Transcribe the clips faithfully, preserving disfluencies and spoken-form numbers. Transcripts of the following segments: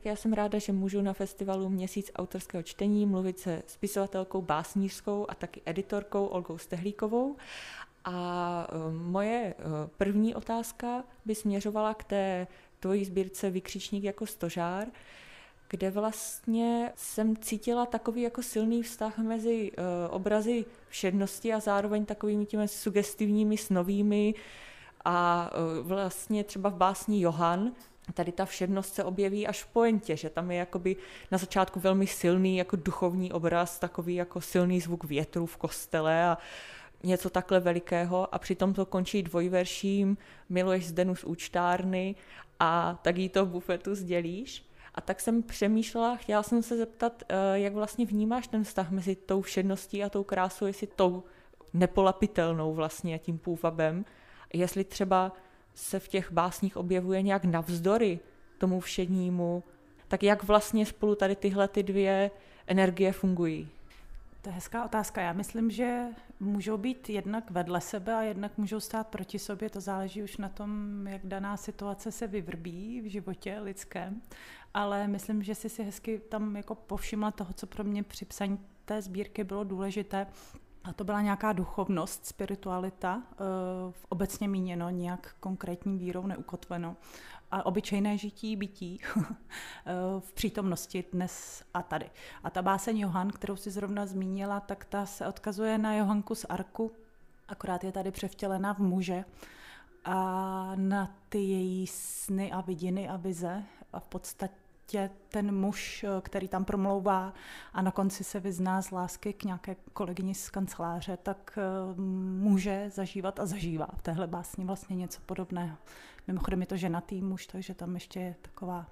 Tak já jsem ráda, že můžu na festivalu Měsíc autorského čtení mluvit se spisovatelkou, básnířskou a taky editorkou Olgou Stehlíkovou. A moje první otázka by směřovala k té tvojí sbírce Vykřičník jako stožár, kde vlastně jsem cítila takový jako silný vztah mezi uh, obrazy všednosti a zároveň takovými těmi sugestivními, snovými a uh, vlastně třeba v básni Johan tady ta všednost se objeví až v pointě, že tam je jakoby na začátku velmi silný jako duchovní obraz, takový jako silný zvuk větru v kostele a něco takhle velikého a přitom to končí dvojverším Miluješ Zdenu z účtárny a tak jí to v bufetu sdělíš. A tak jsem přemýšlela, chtěla jsem se zeptat, jak vlastně vnímáš ten vztah mezi tou všedností a tou krásou, jestli tou nepolapitelnou vlastně tím půvabem, jestli třeba se v těch básních objevuje nějak navzdory tomu všednímu, tak jak vlastně spolu tady tyhle ty dvě energie fungují? To je hezká otázka. Já myslím, že můžou být jednak vedle sebe a jednak můžou stát proti sobě. To záleží už na tom, jak daná situace se vyvrbí v životě lidském. Ale myslím, že jsi si hezky tam jako povšimla toho, co pro mě při psaní té sbírky bylo důležité. A to byla nějaká duchovnost, spiritualita, v obecně míněno, nějak konkrétní vírou neukotveno. A obyčejné žití, bytí v přítomnosti dnes a tady. A ta báseň Johan, kterou si zrovna zmínila, tak ta se odkazuje na Johanku z Arku, akorát je tady převtělená v muže a na ty její sny a vidiny a vize a v podstatě ten muž, který tam promlouvá a na konci se vyzná z lásky k nějaké kolegyni z kanceláře, tak může zažívat a zažívá v téhle básni vlastně něco podobného. Mimochodem je to ženatý muž, takže tam ještě je taková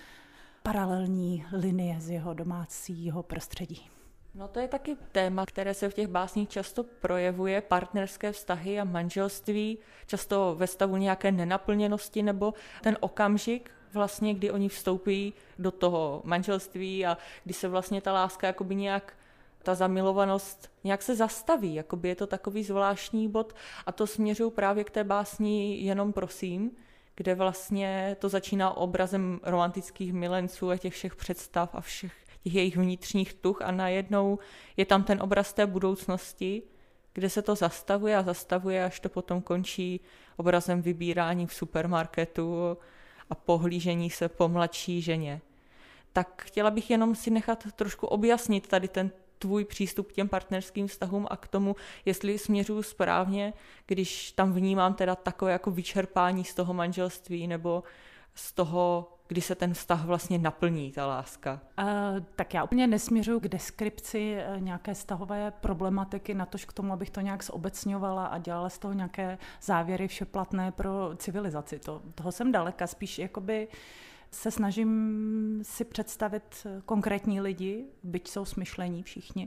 paralelní linie z jeho domácího prostředí. No to je taky téma, které se v těch básních často projevuje, partnerské vztahy a manželství, často ve stavu nějaké nenaplněnosti nebo ten okamžik, vlastně, kdy oni vstoupí do toho manželství a kdy se vlastně ta láska jakoby nějak, ta zamilovanost nějak se zastaví, jakoby je to takový zvláštní bod a to směřuju právě k té básni Jenom prosím, kde vlastně to začíná obrazem romantických milenců a těch všech představ a všech těch jejich vnitřních tuch a najednou je tam ten obraz té budoucnosti, kde se to zastavuje a zastavuje, až to potom končí obrazem vybírání v supermarketu a pohlížení se po mladší ženě. Tak chtěla bych jenom si nechat trošku objasnit tady ten tvůj přístup k těm partnerským vztahům a k tomu, jestli směřuju správně, když tam vnímám teda takové jako vyčerpání z toho manželství nebo z toho, kdy se ten vztah vlastně naplní, ta láska. Uh, tak já úplně nesměřuju k deskripci nějaké vztahové problematiky, natož k tomu, abych to nějak zobecňovala a dělala z toho nějaké závěry všeplatné pro civilizaci. To, toho jsem daleka, spíš jakoby se snažím si představit konkrétní lidi, byť jsou smyšlení všichni,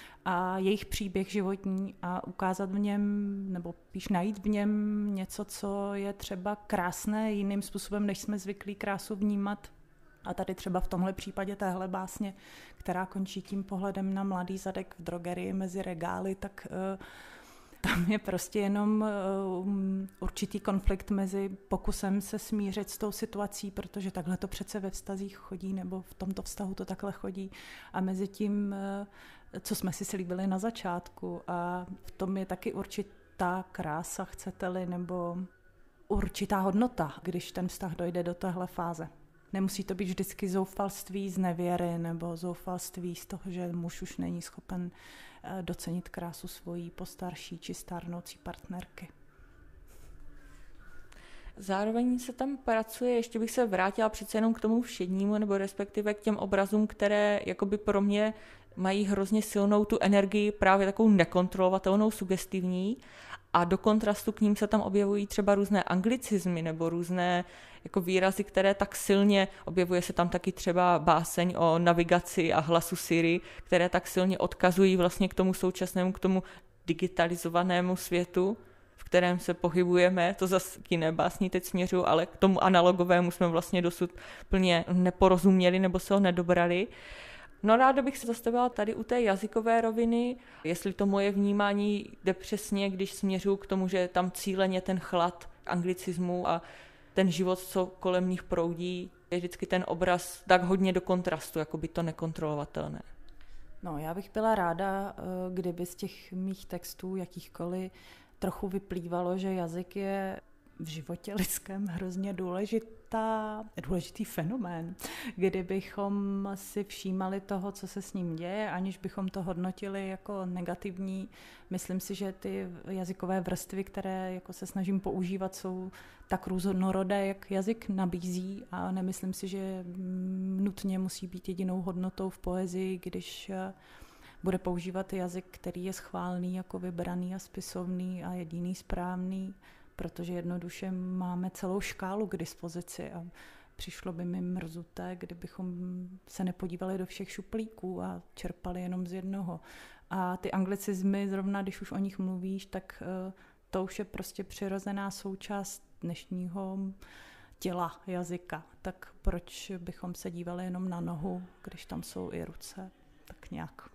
a jejich příběh životní a ukázat v něm, nebo spíš najít v něm něco, co je třeba krásné jiným způsobem, než jsme zvyklí krásu vnímat. A tady třeba v tomhle případě téhle básně, která končí tím pohledem na mladý zadek v drogerii mezi regály, tak uh, tam je prostě jenom uh, určitý konflikt mezi pokusem se smířit s tou situací, protože takhle to přece ve vztazích chodí, nebo v tomto vztahu to takhle chodí, a mezi tím, uh, co jsme si slíbili na začátku. A v tom je taky určitá krása, chcete-li, nebo určitá hodnota, když ten vztah dojde do téhle fáze. Nemusí to být vždycky zoufalství z nevěry nebo zoufalství z toho, že muž už není schopen docenit krásu svojí postarší či stárnoucí partnerky. Zároveň se tam pracuje, ještě bych se vrátila přece jenom k tomu všednímu, nebo respektive k těm obrazům, které jakoby pro mě mají hrozně silnou tu energii, právě takovou nekontrolovatelnou, sugestivní, a do kontrastu k ním se tam objevují třeba různé anglicizmy nebo různé jako výrazy, které tak silně, objevuje se tam taky třeba báseň o navigaci a hlasu Siri, které tak silně odkazují vlastně k tomu současnému, k tomu digitalizovanému světu, v kterém se pohybujeme, to zase k jiné básni teď směřuju, ale k tomu analogovému jsme vlastně dosud plně neporozuměli nebo se ho nedobrali. No ráda bych se zastavila tady u té jazykové roviny, jestli to moje vnímání jde přesně, když směřuju k tomu, že je tam cíleně ten chlad anglicismu a ten život, co kolem nich proudí, je vždycky ten obraz tak hodně do kontrastu, jako by to nekontrolovatelné. No, já bych byla ráda, kdyby z těch mých textů jakýchkoliv trochu vyplývalo, že jazyk je v životě lidském hrozně důležitá, důležitý fenomén, kdybychom si všímali toho, co se s ním děje, aniž bychom to hodnotili jako negativní. Myslím si, že ty jazykové vrstvy, které jako se snažím používat, jsou tak různorodé, jak jazyk nabízí, a nemyslím si, že nutně musí být jedinou hodnotou v poezii, když bude používat jazyk, který je schválný jako vybraný a spisovný a jediný správný, protože jednoduše máme celou škálu k dispozici a přišlo by mi mrzuté, kdybychom se nepodívali do všech šuplíků a čerpali jenom z jednoho. A ty anglicizmy, zrovna když už o nich mluvíš, tak to už je prostě přirozená součást dnešního těla jazyka. Tak proč bychom se dívali jenom na nohu, když tam jsou i ruce? Tak nějak.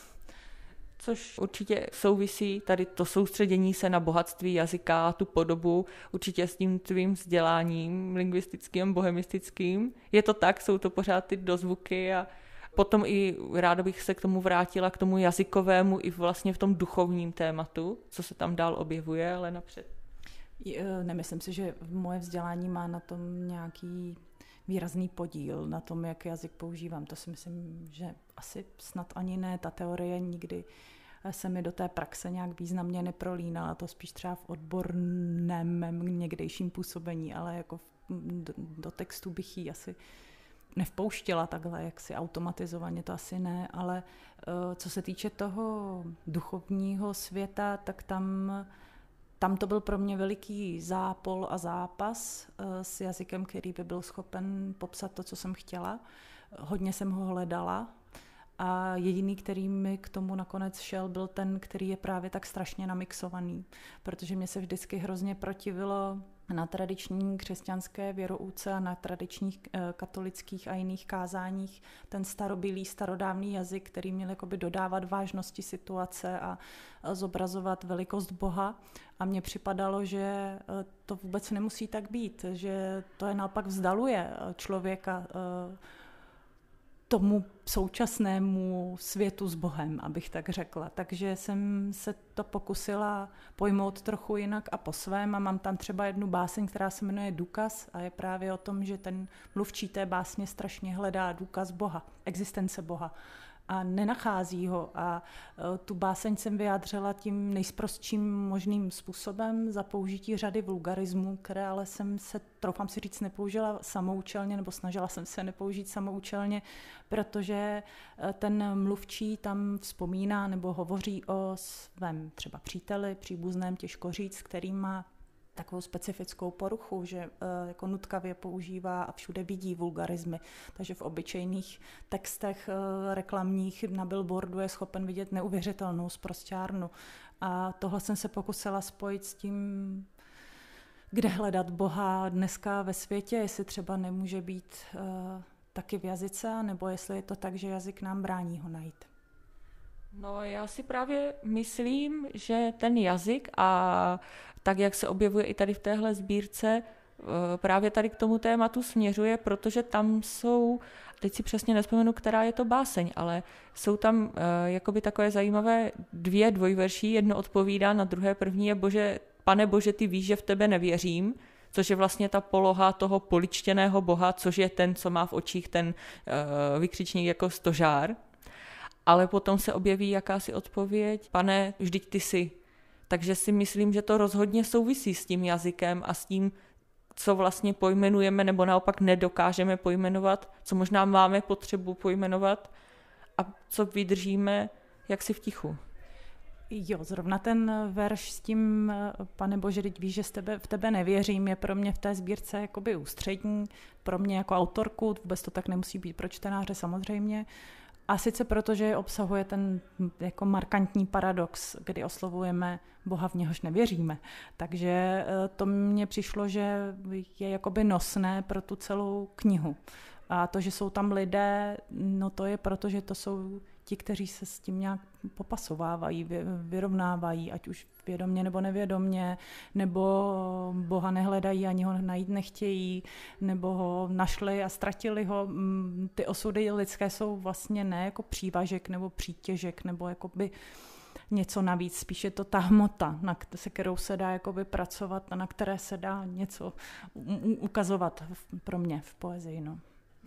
Což určitě souvisí tady to soustředění se na bohatství jazyka, tu podobu, určitě s tím tvým vzděláním lingvistickým, bohemistickým. Je to tak, jsou to pořád ty dozvuky a potom i ráda bych se k tomu vrátila, k tomu jazykovému i vlastně v tom duchovním tématu, co se tam dál objevuje, ale napřed. Nemyslím si, že moje vzdělání má na tom nějaký výrazný podíl na tom, jak jazyk používám. To si myslím, že asi snad ani ne. Ta teorie nikdy se mi do té praxe nějak významně neprolínala. To spíš třeba v odborném někdejším působení, ale jako v, do, do textu bych ji asi nevpouštěla takhle, jaksi automatizovaně, to asi ne, ale co se týče toho duchovního světa, tak tam Tam to byl pro mě veliký zápol a zápas s jazykem, který by byl schopen popsat to, co jsem chtěla. Hodně jsem ho hledala a jediný, který mi k tomu nakonec šel, byl ten, který je právě tak strašně namixovaný, protože mě se vždycky hrozně protivilo na tradiční křesťanské věrouce a na tradičních katolických a jiných kázáních ten starobylý, starodávný jazyk, který měl jakoby dodávat vážnosti situace a zobrazovat velikost Boha. A mně připadalo, že to vůbec nemusí tak být, že to je naopak vzdaluje člověka tomu současnému světu s Bohem, abych tak řekla. Takže jsem se to pokusila pojmout trochu jinak a po svém a mám tam třeba jednu báseň, která se jmenuje Důkaz a je právě o tom, že ten mluvčí té básně strašně hledá důkaz Boha, existence Boha a nenachází ho a tu báseň jsem vyjádřila tím nejsprostším možným způsobem za použití řady vulgarismů, které ale jsem se, troufám si říct, nepoužila samoučelně, nebo snažila jsem se nepoužít samoučelně, protože ten mluvčí tam vzpomíná nebo hovoří o svém třeba příteli, příbuzném, těžko říct, který má takovou specifickou poruchu, že uh, jako nutkavě používá a všude vidí vulgarismy. Takže v obyčejných textech uh, reklamních na billboardu je schopen vidět neuvěřitelnou sprosťárnu. A tohle jsem se pokusila spojit s tím, kde hledat Boha dneska ve světě, jestli třeba nemůže být uh, taky v jazyce, nebo jestli je to tak, že jazyk nám brání ho najít. No, já si právě myslím, že ten jazyk a tak, jak se objevuje i tady v téhle sbírce, právě tady k tomu tématu směřuje, protože tam jsou, teď si přesně nevzpomenu, která je to báseň, ale jsou tam jakoby takové zajímavé dvě dvojverší, jedno odpovídá na druhé, první je Bože, Pane Bože, ty víš, že v tebe nevěřím, což je vlastně ta poloha toho poličtěného Boha, což je ten, co má v očích ten vykřičník jako stožár. Ale potom se objeví jakási odpověď, Pane, vždyť ty jsi. Takže si myslím, že to rozhodně souvisí s tím jazykem a s tím, co vlastně pojmenujeme nebo naopak nedokážeme pojmenovat, co možná máme potřebu pojmenovat a co vydržíme jaksi v tichu. Jo, zrovna ten verš s tím, Pane Bože, teď víš, že z tebe, v tebe nevěřím, je pro mě v té sbírce jakoby ústřední, pro mě jako autorku, vůbec to tak nemusí být pro čtenáře samozřejmě. A sice proto, že obsahuje ten jako markantní paradox, kdy oslovujeme Boha, v něhož nevěříme. Takže to mně přišlo, že je jakoby nosné pro tu celou knihu. A to, že jsou tam lidé, no to je proto, že to jsou ti, kteří se s tím nějak popasovávají, vyrovnávají, ať už vědomně nebo nevědomně, nebo Boha nehledají, ani ho najít nechtějí, nebo ho našli a ztratili ho. Ty osudy lidské jsou vlastně ne jako přívažek nebo přítěžek, nebo jakoby něco navíc, spíš je to ta hmota, na se kterou se dá jakoby pracovat a na které se dá něco ukazovat pro mě v poezii. No.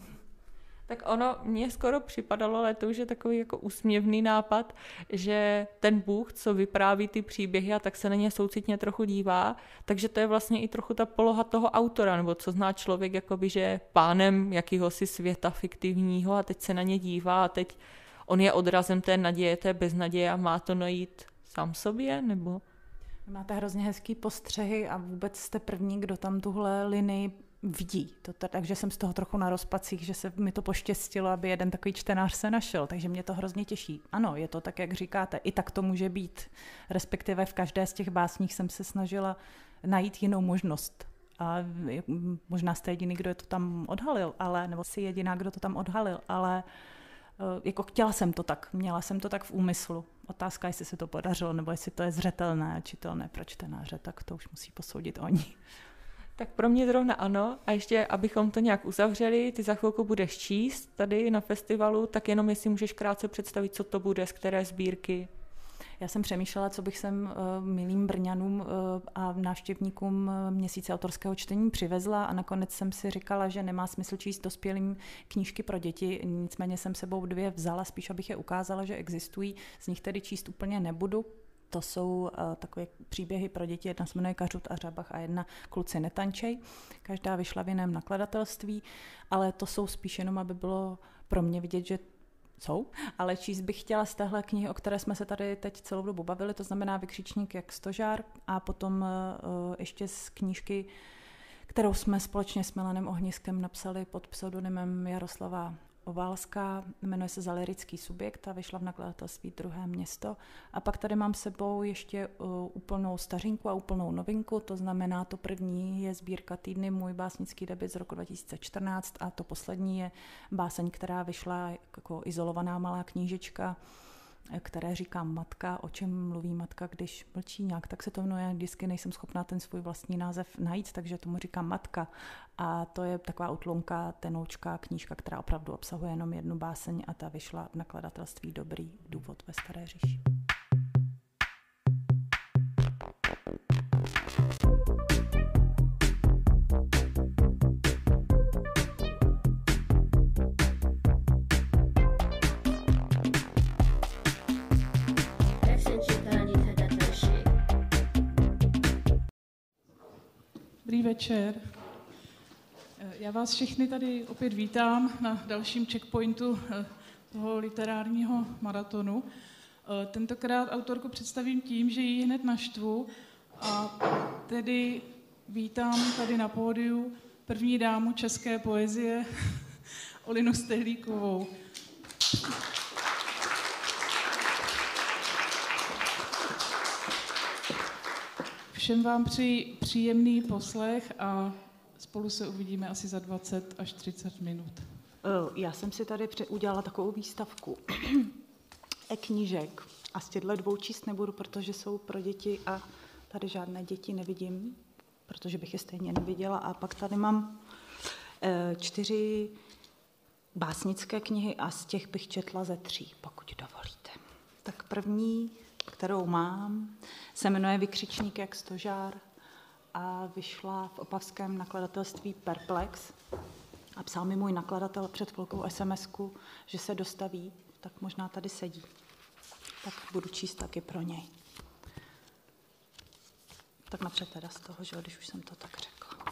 Tak ono mně skoro připadalo, ale to už je takový jako úsměvný nápad, že ten Bůh, co vypráví ty příběhy a tak se na ně soucitně trochu dívá, takže to je vlastně i trochu ta poloha toho autora, nebo co zná člověk, jakoby, že je pánem jakýhosi světa fiktivního a teď se na ně dívá a teď on je odrazem té naděje, té beznaděje a má to najít sám sobě, nebo? Máte hrozně hezký postřehy a vůbec jste první, kdo tam tuhle linii vidí. To, takže jsem z toho trochu na rozpacích, že se mi to poštěstilo, aby jeden takový čtenář se našel, takže mě to hrozně těší. Ano, je to tak, jak říkáte, i tak to může být. Respektive v každé z těch básních jsem se snažila najít jinou možnost. A možná jste jediný, kdo je to tam odhalil, ale, nebo jsi jediná, kdo to tam odhalil, ale jako chtěla jsem to tak, měla jsem to tak v úmyslu. Otázka, jestli se to podařilo, nebo jestli to je zřetelné a čitelné pro čtenáře, tak to už musí posoudit oni. Tak pro mě zrovna ano. A ještě, abychom to nějak uzavřeli, ty za chvilku budeš číst tady na festivalu, tak jenom jestli můžeš krátce představit, co to bude, z které sbírky. Já jsem přemýšlela, co bych sem uh, milým Brňanům uh, a návštěvníkům Měsíce autorského čtení přivezla a nakonec jsem si říkala, že nemá smysl číst dospělým knížky pro děti, nicméně jsem sebou dvě vzala, spíš abych je ukázala, že existují, z nich tedy číst úplně nebudu. To jsou uh, takové příběhy pro děti, jedna se jmenuje Kařut a Řabach a jedna Kluci netančej. Každá vyšla v jiném nakladatelství, ale to jsou spíš jenom, aby bylo pro mě vidět, že jsou, ale číst bych chtěla z téhle knihy, o které jsme se tady teď celou dobu bavili, to znamená Vykřičník jak stožár a potom uh, ještě z knížky, kterou jsme společně s Milanem Ohniskem napsali pod pseudonymem Jaroslava Oválská, jmenuje se Za lyrický subjekt a vyšla v nakladatelství Druhé město. A pak tady mám s sebou ještě uh, úplnou stařinku a úplnou novinku, to znamená, to první je sbírka Týdny, můj básnický debut z roku dva tisíce čtrnáct a to poslední je báseň, která vyšla jako izolovaná malá knížečka, které říkám Matka, o čem mluví matka, když mlčí, nějak tak se to jmenuje, vždycky nejsem schopná ten svůj vlastní název najít, takže tomu říkám Matka. A to je taková utlunka, tenoučká knížka, která opravdu obsahuje jenom jednu báseň a ta vyšla v nakladatelství Dobrý důvod ve Staré říši. Dobrý večer. Já vás všechny tady opět vítám na dalším checkpointu toho literárního maratonu. Tentokrát autorku představím tím, že ji hned naštvu a tedy vítám tady na pódiu první dámu české poezie Olinu Stehlíkovou. Všem vám přeji příjemný poslech a spolu se uvidíme asi za dvacet až třicet minut. Já jsem si tady udělala takovou výstavku e-knížek a z těchto dvou číst nebudu, protože jsou pro děti a tady žádné děti nevidím, protože bych je stejně neviděla. A pak tady mám čtyři básnické knihy a z těch bych četla ze tří, pokud dovolíte. Tak první, kterou mám, se jmenuje Vykřičník jak stožár a vyšla v opavském nakladatelství Perplex. A psal mi můj nakladatel před chvilkou es em esku, že se dostaví, tak možná tady sedí. Tak budu číst taky pro něj. Tak napřed teda z toho, že když už jsem to tak řekla.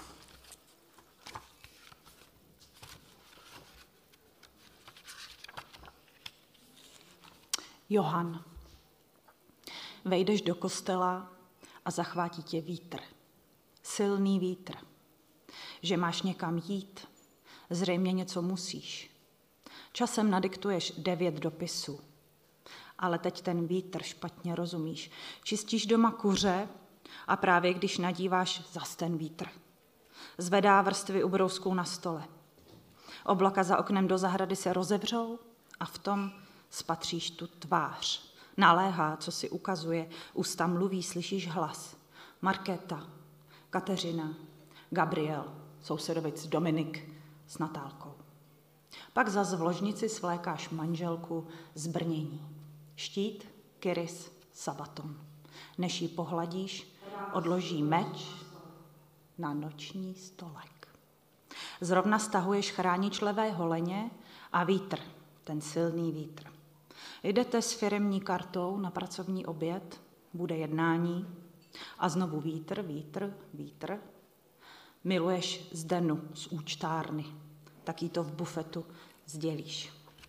Johan. Vejdeš do kostela a zachvátí tě vítr. Silný vítr. Že máš někam jít, zřejmě něco musíš. Časem nadiktuješ devět dopisů, ale teď ten vítr špatně rozumíš. Čistíš doma kuře a právě když nadíváš, zas ten vítr. Zvedá vrstvy ubrouskou na stole. Oblaka za oknem do zahrady se rozevřou a v tom spatříš tu tvář. Naléhá, co si ukazuje, ústa mluví, slyšíš hlas. Markéta, Kateřina, Gabriel, sousedovic Dominik s Natálkou. Pak zas v ložnici svlékáš manželku z brnění. Štít, kyris, sabaton. Než ji pohladíš, odloží meč na noční stolek. Zrovna stahuješ chránič levé holeně a vítr, ten silný vítr. Jdete s firemní kartou na pracovní oběd, bude jednání a znovu vítr, vítr, vítr. Miluješ Zdenu z účtárny, tak jí to v bufetu sdělíš.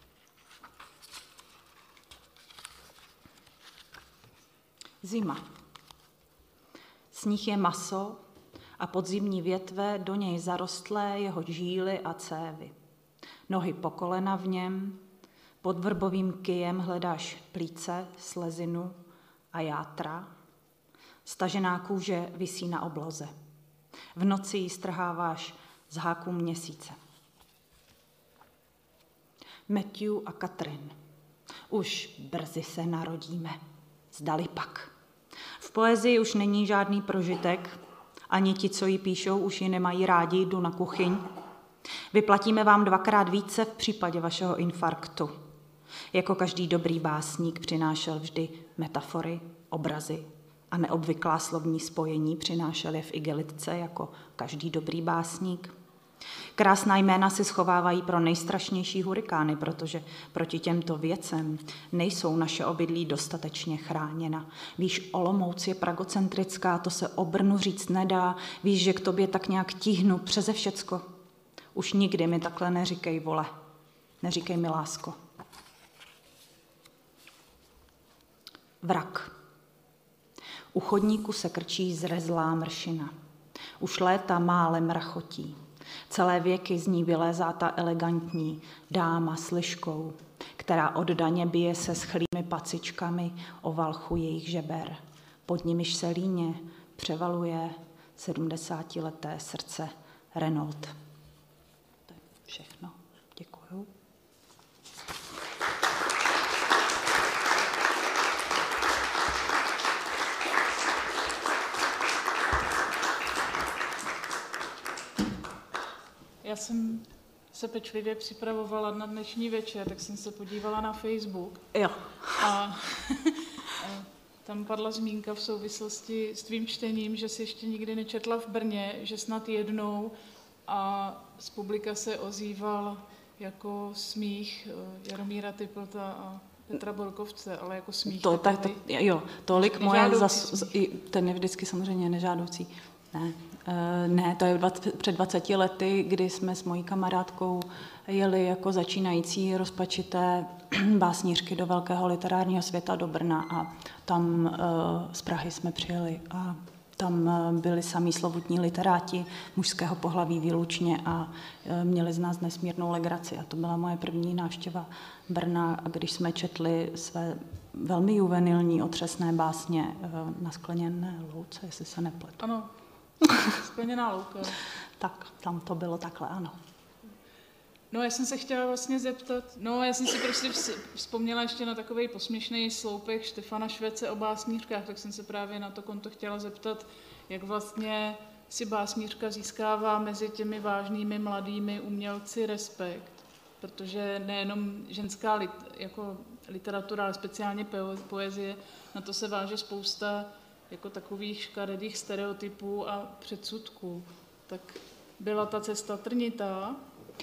Zima. Sníh je maso a podzimní větve do něj zarostlé jeho žíly a cévy. Nohy po kolena v něm, pod vrbovým kyjem hledáš plíce, slezinu a játra. Stažená kůže visí na obloze. V noci ji strháváš z háků měsíce. Matthew a Katrin. Už brzy se narodíme. Zdali pak. V poezii už není žádný prožitek, ani ti, co ji píšou, už ji nemají rádi, jdu na kuchyň. Vyplatíme vám dvakrát více v případě vašeho infarktu. Jako každý dobrý básník přinášel vždy metafory, obrazy a neobvyklá slovní spojení, přinášel je v igelitce jako každý dobrý básník. Krásná jména si schovávají pro nejstrašnější hurikány, protože proti těmto věcem nejsou naše obydlí dostatečně chráněna. Víš, Olomouc je pragocentrická, to se o Brnu říct nedá, víš, že k tobě tak nějak tíhnu přeze všecko. Už nikdy mi takhle neříkej, vole, neříkej mi lásko. Vrak. U chodníku se krčí zrezlá mršina. Už léta málem rachotí. Celé věky z ní vylézá ta elegantní dáma s liškou, která oddaně bije se schlými pacičkami o valchu jejich žeber. Pod nimiž se líně převaluje sedmdesátileté srdce Renault. To je všechno. Děkuju. Já jsem se pečlivě připravovala na dnešní večer, tak jsem se podívala na Facebook. Jo. A tam padla zmínka v souvislosti s tvým čtením, že jsi ještě nikdy nečetla v Brně, že snad jednou, a z publika se ozýval jako smích Jaromíra Typlta a Petra Borkovce, ale jako smích. To, tak, to, jo, tolik moje, zas, ten je vždycky samozřejmě nežádoucí. Ne, ne, to je dvacet, před dvaceti lety, kdy jsme s mojí kamarádkou jeli jako začínající rozpačité básnířky do velkého literárního světa do Brna a tam z Prahy jsme přijeli a tam byli samí slovutní literáti mužského pohlaví výlučně a měli z nás nesmírnou legraci. A to byla moje první návštěva Brna, když jsme četli své velmi juvenilní, otřesné básně na skleněné louce, jestli se nepletu. Ano. Skleněná louka. Tak, tam to bylo takhle, ano. No, já jsem se chtěla vlastně zeptat, no, já jsem si prostě vzpomněla ještě na takovej posměšný sloupek Štefana Švece o básnířkách, tak jsem se právě na to konto chtěla zeptat, jak vlastně si básnířka získává mezi těmi vážnými mladými umělci respekt, protože nejenom ženská lit, jako literatura, ale speciálně poezie, na to se váže spousta jako takových škaredých stereotypů a předsudků. Tak byla ta cesta trnitá?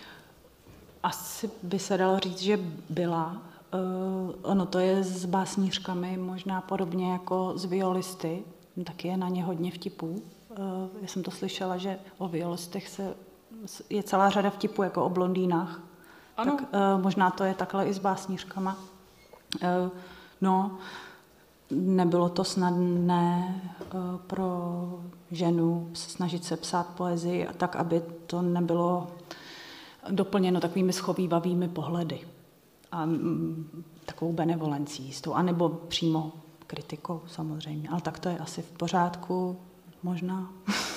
Asi by se dalo říct, že byla. Uh, ono to je s básnířkami možná podobně jako s violisty. Taky je na ně hodně vtipů. Uh, já jsem to slyšela, že o violistech se, je celá řada vtipů, jako o blondýnách. Ano. Tak uh, možná to je takhle i s básnířkama. Uh, no, nebylo to snadné uh, pro ženu snažit se psát poezii tak, aby to nebylo doplněno takovými schovívavými pohledy a mm, takovou benevolencí jistou, anebo přímo kritikou samozřejmě. Ale tak to je asi v pořádku, možná.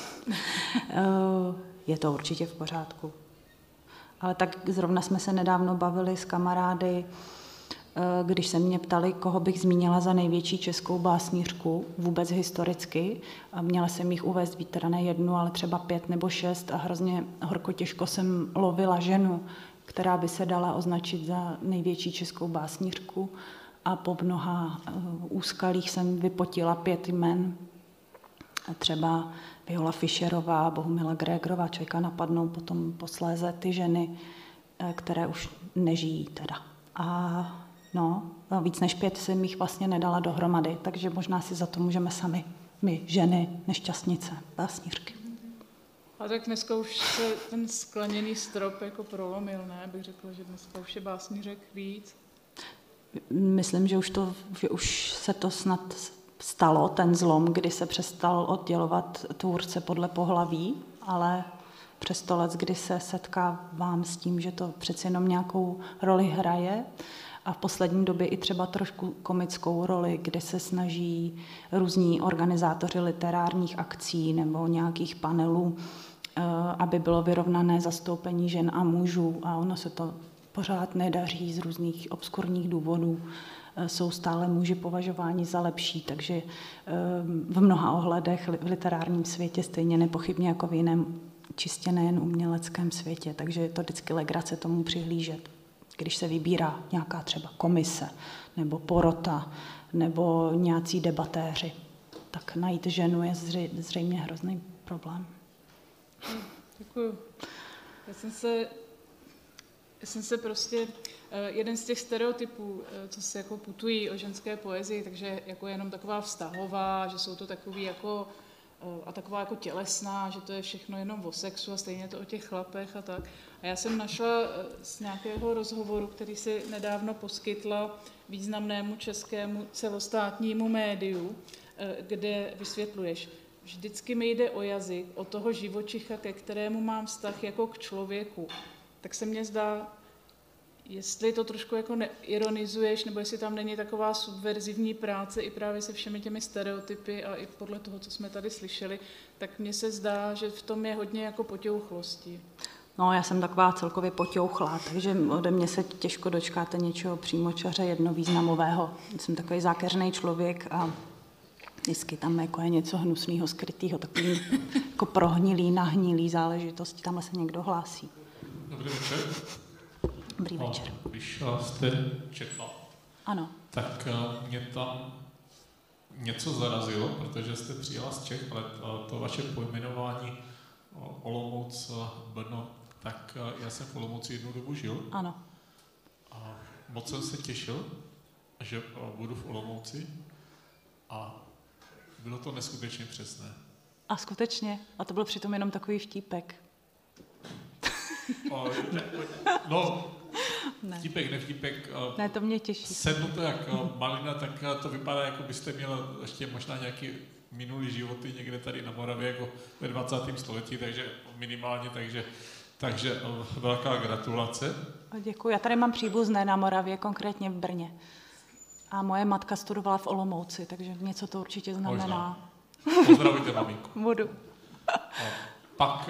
Je to určitě v pořádku. Ale tak zrovna jsme se nedávno bavili s kamarády Když se mě ptali, koho bych zmínila za největší českou básnířku, vůbec historicky, a měla jsem jich uvést víc, teda ne jednu, ale třeba pět nebo šest a hrozně horko těžko jsem lovila ženu, která by se dala označit za největší českou básnířku a po mnoha úskalích jsem vypotila pět jmen. Třeba Viola Fischerová, Bohumila Grégorová, člověka napadnou potom posléze ty ženy, které už nežijí teda. A no, víc než pět jsem jich vlastně nedala dohromady, takže možná si za to můžeme sami, my, ženy, nešťastnice, básnířky. A tak dneska už se ten skleněný strop jako prolomil, ne? Bych řekla, že dneska už je básnířek víc. Myslím, že už, to, že už se to snad stalo, ten zlom, kdy se přestal oddělovat tvůrce podle pohlaví, ale přesto let, kdy se setkávám s tím, že to přeci jenom nějakou roli hraje a v poslední době i třeba trošku komickou roli, kdy se snaží různí organizátoři literárních akcí nebo nějakých panelů, aby bylo vyrovnané zastoupení žen a mužů a ono se to pořád nedaří z různých obskurních důvodů. Jsou stále muži považováni za lepší, takže v mnoha ohledech v literárním světě stejně nepochybně jako v jiném čistě nejen uměleckém světě, takže je to vždycky legrace tomu přihlížet. Když se vybírá nějaká třeba komise, nebo porota, nebo nějací debatéři, tak najít ženu je zřejmě hrozný problém. Děkuju. Já jsem se, já jsem se prostě, jeden z těch stereotypů, co se jako putují o ženské poezii, takže jako jenom taková vztahová, že jsou to takový jako a taková jako tělesná, že to je všechno jenom o sexu a stejně to o těch chlapech a tak. A já jsem našla z nějakého rozhovoru, který si nedávno poskytla významnému českému celostátnímu médiu, kde vysvětluješ, vždycky mi jde o jazyk, o toho živočicha, ke kterému mám vztah jako k člověku. Tak se mně zdá, jestli to trošku jako ironizuješ, nebo jestli tam není taková subverzivní práce i právě se všemi těmi stereotypy a i podle toho, co jsme tady slyšeli, tak mně se zdá, že v tom je hodně jako potěuchlosti. No, já jsem taková celkově potěuchlá, takže ode mě se těžko dočkáte něčeho přímočaře jednovýznamového. Jsem takový zákeřný člověk a vždycky tam jako je něco hnusného, skrytého, takový jako prohnilý, nahnilý záležitosti. Tamhle se někdo hlásí. Dobrý večer. Dobrý večer. A když jste četla, ano. tak mě tam něco zarazilo, protože jste přijela z Čech, ale to vaše pojmenování Olomouc, Brno, tak já jsem v Olomouci jednu dobu žil. Ano. A moc jsem se těšil, že budu v Olomouci a bylo to neskutečně přesné. A skutečně? A to byl přitom jenom takový vtípek. O, ne, no, ne. Vtípek, nevtípek. Ne, to mě těší. Sednu to jak malina, tak to vypadá, jako byste měla ještě možná nějaký minulý životy někde tady na Moravě, jako ve dvacátém století, takže minimálně, takže, takže velká gratulace. Děkuji. Já tady mám příbuzné na Moravě, konkrétně v Brně. A moje matka studovala v Olomouci, takže něco to určitě znamená. Možná. Pozdravujte maminku. Budu. A pak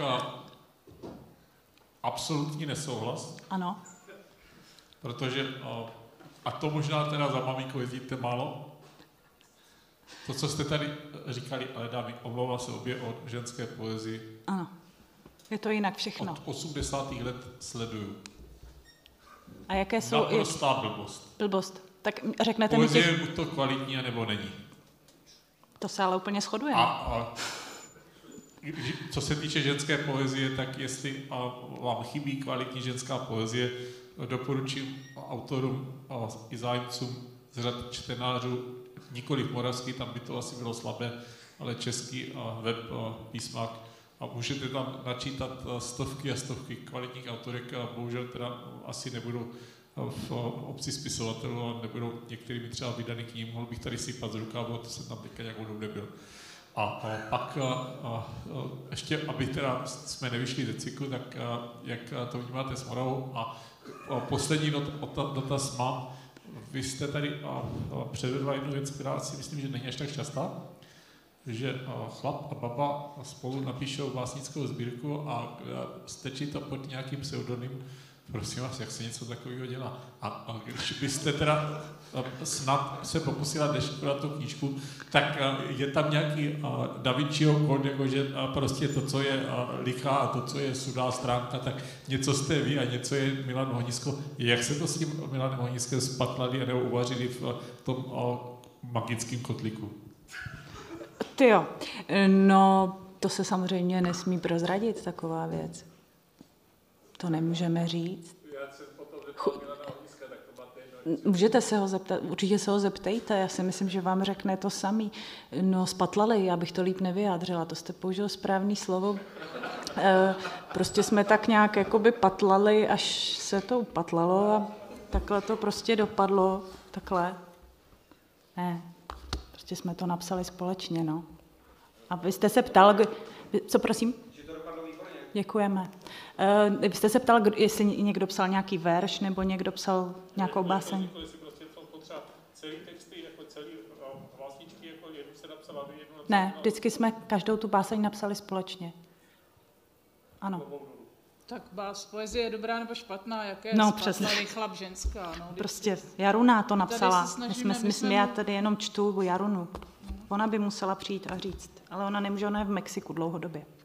absolutní nesouhlas. Ano. Protože, a to možná teda za maminkou jezdíte málo, to, co jste tady říkali, ale dámy, omlouvá se obě o ženské poezii. Ano. Je to jinak všechno. Od osmdesátých let sleduju. A jaké jsou... Naprostá jak... blbost. Blbost. Tak řeknete poezie mi těch... je buď to kvalitní, anebo není. To se ale úplně shodujeme. A, a co se týče ženské poezie, tak jestli a, vám chybí kvalitní ženská poezie, doporučím autorům a i zájemcům z řad čtenářů, nikoliv moravský, tam by to asi bylo slabé, ale český a web a písmák. A můžete tam načítat stovky a stovky kvalitních autorek a bohužel teda asi nebudou v obci spisovatelů a nebudou některými třeba vydaný knih. Mohl bych tady sypat z rukávu, to jsem tam teďka nějakou dobu nebyl. A, a pak a, a, ještě, aby teda jsme nevyšli ze cyklu, tak a, jak to vnímáte s Moravou. A, a poslední dot, dotaz mám. Vy jste tady a, a předvedla jednu věc, která si myslím, že není až tak častá, že a, chlap a baba spolu napíšou básnickou sbírku a, a stečí to pod nějakým pseudonym prosím vás, jak se něco takového dělá. A, a když byste teda snad se pokusila dešifrovat tu knížku, tak je tam nějaký Da Vinciho kód, jakože prostě to, co je lichá a to, co je sudá stránka, tak něco jste vy a něco je Milan Ohnisko. Jak se to s tím Milanem Ohniskem spatlali nebo uvařili v tom magickém kotliku? Tyjo, no to se samozřejmě nesmí prozradit, taková věc. To nemůžeme říct. Můžete se ho zeptat, určitě se ho zeptejte, já si myslím, že vám řekne to samý. No, spatlali, já bych to líp nevyjádřila, to jste použil správný slovo. E, prostě jsme tak nějak jakoby patlali, až se to upatlalo a takhle to prostě dopadlo, takhle. Ne, prostě jsme to napsali společně, no. A vy jste se ptal, co prosím? Děkujeme. Uh, vy jste se ptal, jestli někdo psal nějaký verš, nebo někdo psal nějakou báseň? Ne, vždycky jsme každou tu báseň napsali společně. Ano. Tak bás, poezie je dobrá nebo špatná, jaké no, spatlaný chlap ženská. No, prostě Jaruna to napsala. My jsme, my jsme, já mu... tady jenom čtu Jarunu. Ona by musela přijít a říct, ale ona nemůže, ona je v Mexiku dlouhodobě.